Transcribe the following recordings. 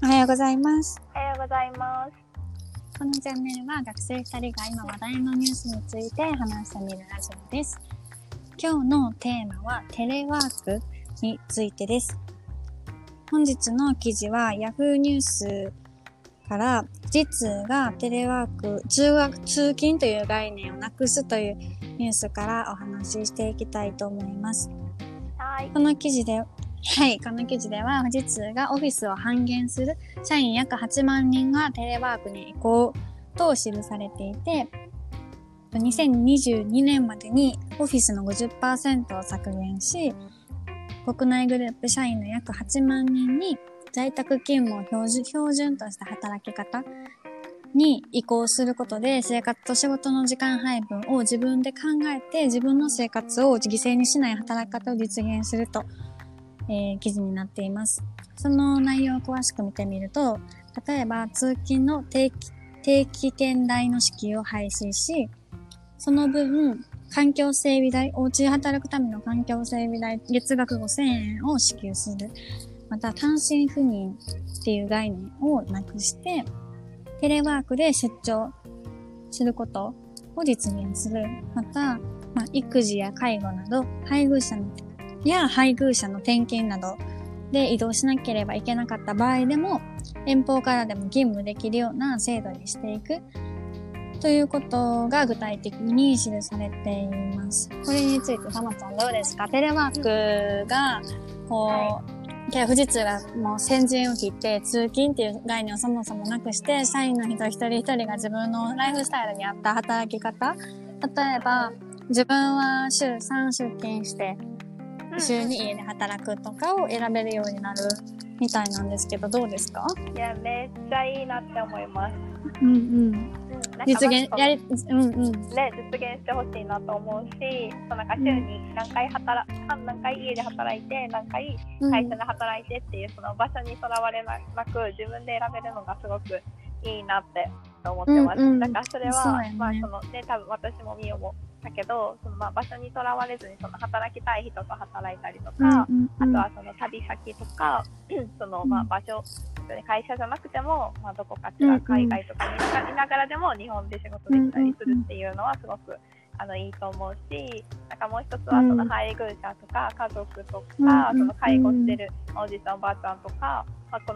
おはようございます。 おはようございます。 このチャンネルは学生2人が今話題のニュースについて話してみるラジオです。今日のテーマはテレワークについてです。本日の記事は Yahoo ニュースから富士通がテレワーク、通勤という概念をなくすというニュースからお話ししていきたいと思います。 はい。 この記事では富士通がオフィスを半減する社員約8万人がテレワークに移行と記されていて、2022年までにオフィスの 50% を削減し、国内グループ社員の約8万人に在宅勤務を標準とした働き方に移行することで、生活と仕事の時間配分を自分で考えて自分の生活を犠牲にしない働き方を実現すると記事になっています。その内容を詳しく見てみると、例えば通勤の定期券代の支給を廃止し、その分環境整備代、お家で働くための環境整備代月額5000円を支給する。また単身赴任っていう概念をなくして、テレワークで出張することを実現する。また、育児や介護など配偶者の転勤などで移動しなければいけなかった場合でも、遠方からでも勤務できるような制度にしていくということが具体的に記されています。これについてたまちゃんどうですか？テレワークが富士通がもう先陣を切って通勤っていう概念をそもそもなくして、社員の人一人一人が自分のライフスタイルに合った働き方、例えば自分は週3出勤して週に家で働くとかを選べるようになるみたいなんですけど、どうですか？ いや、めっちゃいいなって思います。 実現してほしいなと思うし、なんか週に何回家で働いて、何回会社で働いてっていうその場所にとらわれなく自分で選べるのがすごくいいなって思ってます。だからそれは、多分私もみよもだけど、場所にとらわれずに働きたい人と働いたりとか、あとは旅先とか場所、会社じゃなくても、どこか違う海外とかにいながらでも日本で仕事できたりするっていうのはすごくいいと思うし、なんかもう一つは配偶者とか家族とか、介護してるおじさんおばあちゃんとか、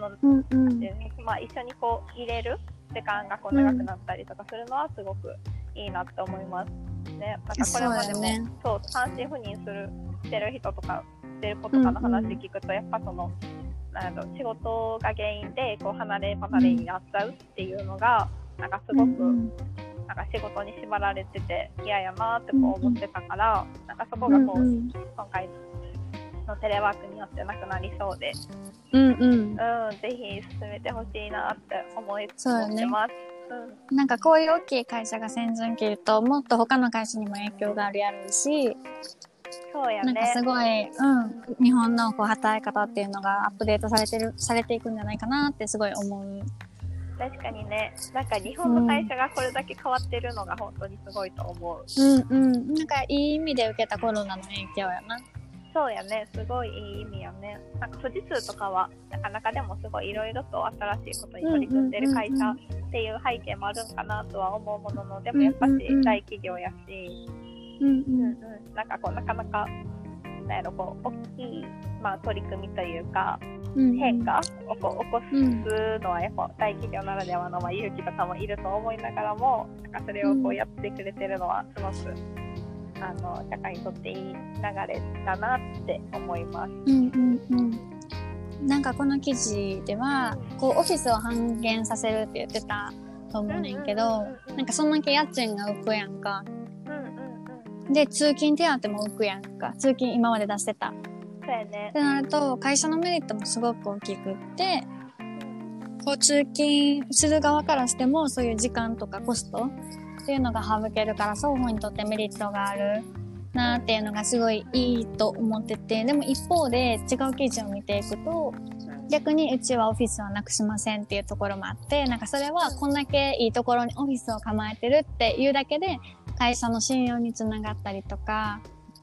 一緒に入れる時間が長くなったりとかするのはすごくいいなって思いますね。なんかこれまでも単身赴任してる人とかしてる子とかの話聞くと、やっぱ仕事が原因で離れ離れになっちゃうっていうのがなんかすごくなんか仕事に縛られてて嫌やなって思ってたから、なんかそこが今回のテレワークによってなくなりそうで、ぜひ進めてほしいなって思ってます。 なんかこういう大きい会社が先陣切ると、もっと他の会社にも影響があるやろうし、 そうやね。 なんかすごい、日本の働き方っていうのがアップデートされていくんじゃないかなってすごい思う。 確かにね、なんか日本の会社がこれだけ変わってるのが本当にすごいと思う。 なんかいい意味で受けたコロナの影響やな。 そうやね、すごいいい意味やね。なんか富士通とかはなかなかでもすごいいろいろと新しいことに取り組んでる会社っていう背景もあるんかなとは思うものの、でもやっぱし大企業やし、なんかなかなか大きい、取り組みというか、変化を起こすのはやっぱ大企業ならではの勇気とかもいると思いながらも、なんかそれをやってくれてるのはすごく社会にとっていい流れだなって思います。 なんかこの記事ではオフィスを半減させるって言ってたと思うねんけど、なんかそんだけ家賃が浮くやんか。で、通勤手当も浮くやんか。通勤今まで出してた。 そうやね。 ってなると、会社のメリットもすごく大きくって、通勤する側からしても、そういう時間とかコストっていうのが省けるから、双方にとってメリットがあるなっていうのがすごいいいと思ってて、でも一方で違う記事を見ていくと、逆にうちはオフィスはなくしませんっていうところもあって、なんかそれはこんだけいいところにオフィスを構えてるっていうだけで、会社の信用につながったりとか、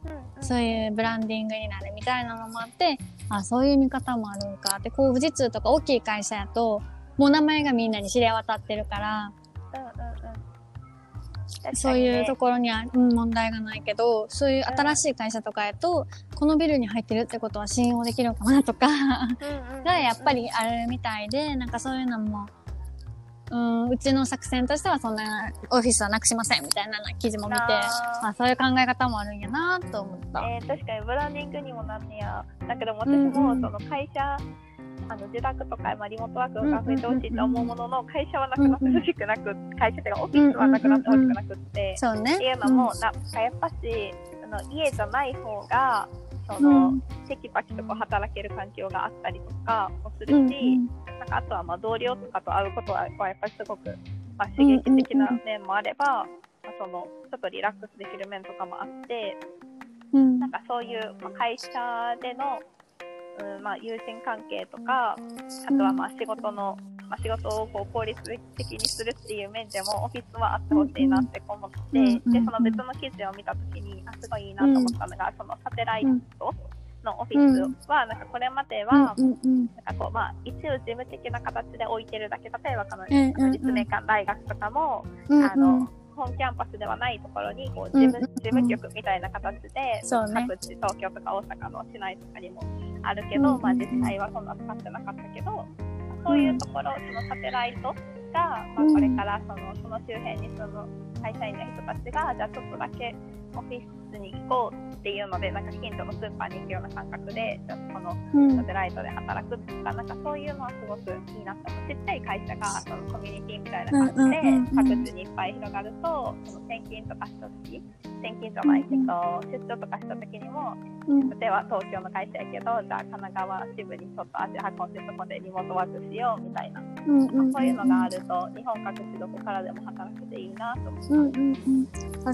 そういうブランディングになるみたいなのもあって、あ、そういう見方もあるんかって、こう富士通とか大きい会社やともう名前がみんなに知れ渡ってるから、そういうところには、問題がないけど、そういう新しい会社とかやと、このビルに入ってるってことは信用できるのかなとかがやっぱりあるみたいで、なんかそういうのも、うちの作戦としてはそんなオフィスはなくしませんみたいな記事も見て、そういう考え方もあるんやなと思った。 確かにブランディングにもなんねや。だけど私もその会社、自宅とか、リモートワークが増えてほしいと思うものの、会社はなくなってほしくなく、会社というかオフィスはなくなってほしくなくって、 そうね。 っていうのも、やっぱし家じゃない方がその、テキパキと働ける環境があったりとかもするし、なんかあとは同僚とかと会うことはやっぱりすごく、刺激的な面もあれば、そのちょっとリラックスできる面とかもあって、なんかそういう、会社での友人関係とか、あとは仕事をこう効率的にするっていう面でもオフィスはあってほしいなって思って、でその別の記事を見たときにすごいいいなと思ったのが、そのサテライトのオフィスはなんかこれまではなんかこう一応事務的な形で置いてるだけ、例えばこの立命館大学とかも本キャンパスではないところにこう事務局みたいな形で、各地東京とか大阪の市内とかにもあるけど、実際はそんな使ってなかったけど、そういうところ、そのサテライトが、これからその周辺に住む会社員の人たちが、じゃあちょっとだけオフィスに行こうっていうので、なんか近所のスーパーに行くような感覚で、じゃあこのサテライトで働くとか、なんかそういうのはすごくいいなと思う。ちっちゃい会社がそのコミュニティみたいな感じで、各地にいっぱい広がると、その転勤とかした時、転勤じゃないけど、出張とかした時にも、例えば東京の会社やけど、じゃあ神奈川支部にちょっと足運んでそこでリモートワークしようみたいな、そういうのがあると、日本各地どこからでも働けていいなと思って。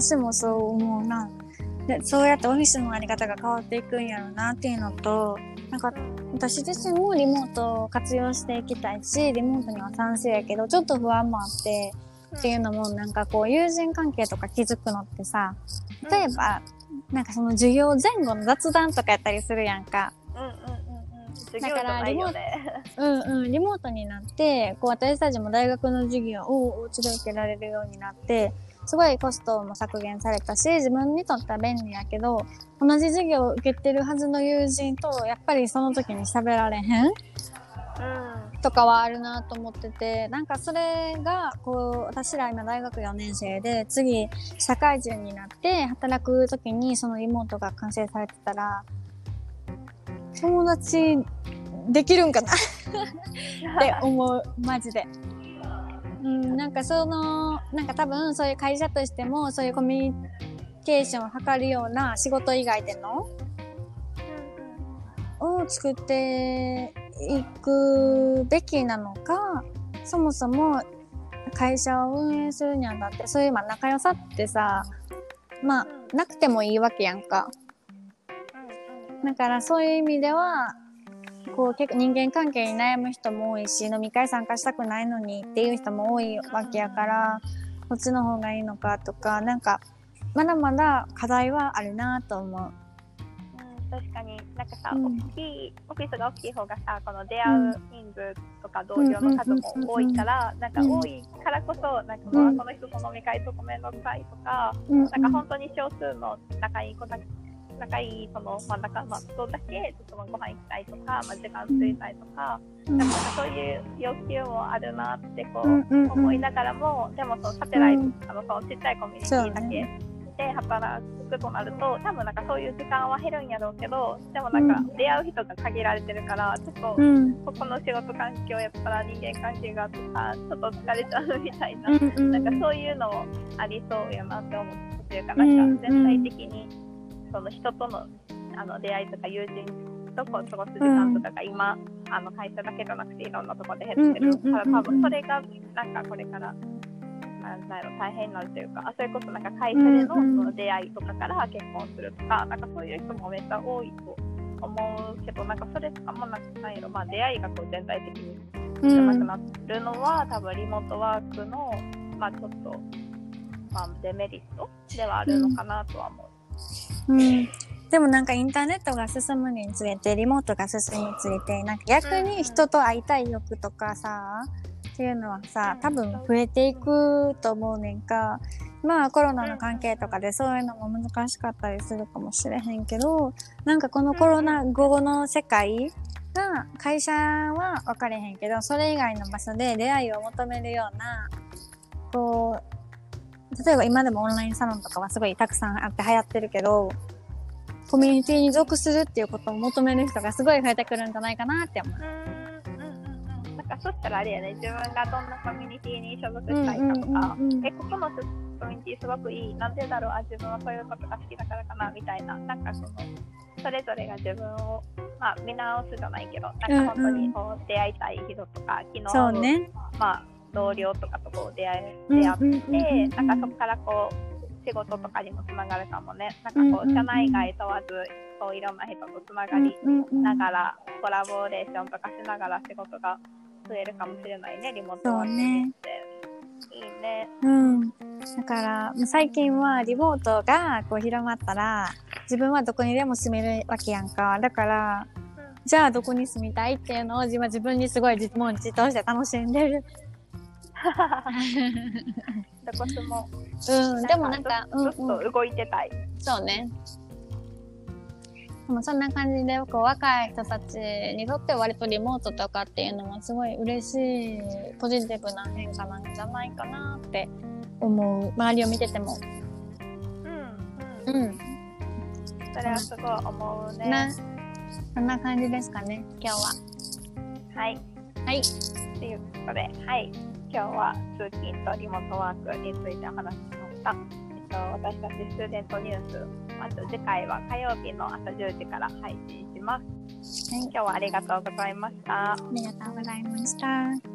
私もそう思うな。で、そうやってオフィスのあり方が変わっていくんやろうなっていうのと、なんか私自身もリモートを活用していきたいし、リモートには賛成やけど、ちょっと不安もあって、っていうのもなんかこう友人関係とか築くのってさ、例えば、なんかその授業前後の雑談とかやったりするやんか。だからリモートになって、こう私たちも大学の授業をお家で受けられるようになって、すごいコストも削減されたし、自分にとっては便利やけど、同じ授業を受けてるはずの友人と、やっぱりその時に喋られへん、とかはあるなと思ってて、なんかそれが、こう、私ら今大学4年生で、次、社会人になって働く時にそのリモートが完成されてたら、友達できるんかなって思う、マジで。なんかなんか多分そういう会社としてもそういうコミュニケーションを図るような仕事以外でのを作っていくべきなのか、そもそも会社を運営するにあたってそういう仲良さってさ、なくてもいいわけやんか。だからそういう意味ではこう結構人間関係に悩む人も多いし、飲み会参加したくないのにっていう人も多いわけやから、こっちの方がいいのかとか、なんかまだまだ課題はあるなと思う。 確かになんかさ、オフィスが大きい方がさ、この出会う人数とか同僚の数も多いから、なんか多いからこそ、なんかこの人と飲み会とごめんなさいとか、なんか本当に少数の仲いい子だけ、仲いいその真ん中の人だけちょっとご飯行きたいとか、時間作りたいとか、なんかそういう要求もあるなってこう思いながらも、でもそのサテライト、そのちっちゃいコミュニティだけで働くとなると、多分なんかそういう時間は減るんやろうけど、でもなんか出会う人が限られてるから、ちょっとここの仕事環境やったら人間関係がとかちょっと疲れちゃうみたいな、なんかそういうのもありそうやなって思ってというか、なんか全体的にその人との出会いとか友人とこう過ごす時間とかが今、会社だけじゃなくていろんなところで減ってるから、多分それがなんかこれから大変になるというか、それこそなんか会社でのその出会いとかから結婚するとか、なんかそういう人もめっちゃ多いと思うけど、なんかそれとかもないやろ、出会いがこう全体的に少なくなるのは、多分リモートワークのちょっとデメリットではあるのかなとは思う。 うん。でもなんかインターネットが進むにつれて、リモートが進むにつれて、なんか逆に人と会いたい欲とかさ、っていうのはさ、多分増えていくと思うねんか。まあコロナの関係とかでそういうのも難しかったりするかもしれへんけど、なんかこのコロナ後の世界が、会社は分かれへんけど、それ以外の場所で出会いを求めるような、こう、例えば今でもオンラインサロンとかはすごいたくさんあって流行ってるけど、コミュニティに属するっていうことを求める人がすごい増えてくるんじゃないかなって思う。 なんかそしたらあれやね、自分がどんなコミュニティに所属したいかとか、ここのコミュニティすごくいい、なんでだろう、自分はこういうことが好きだからかなみたいな、なんかそれぞれが自分を、まあ、見直すじゃないけど、なんか本当にこう出会いたい人とか、昨日、 そうね、 まあ、同僚とかとこう出会って、なんかそこからこう仕事とかにもつながるかもね。なんかこう社内外問わずこういろんな人とつながりながら、コラボレーションとかしながら仕事が増えるかもしれないね、リモートワークって。いいね。 うん。だから最近はリモートがこう広まったら、自分はどこにでも住めるわけやんか。だから、じゃあどこに住みたいっていうのを自分にすごいもう自動して楽しんでる。 どこ住もう。でもなんかずっと動いてたい。 そうね。でもそんな感じでこう若い人たちにとって割とリモートとかっていうのはすごい嬉しいポジティブな変化なんじゃないかなって思う。周りを見てても。 それはすごい思うね。 そんな感じですかね、今日は。 はい。 はい。 ということで、はい。今日は通勤とリモートワークについてお話ししました。私たちスチューデントニュース、まず次回は火曜日の朝10時から配信します。今日はありがとうございました。 ありがとうございました。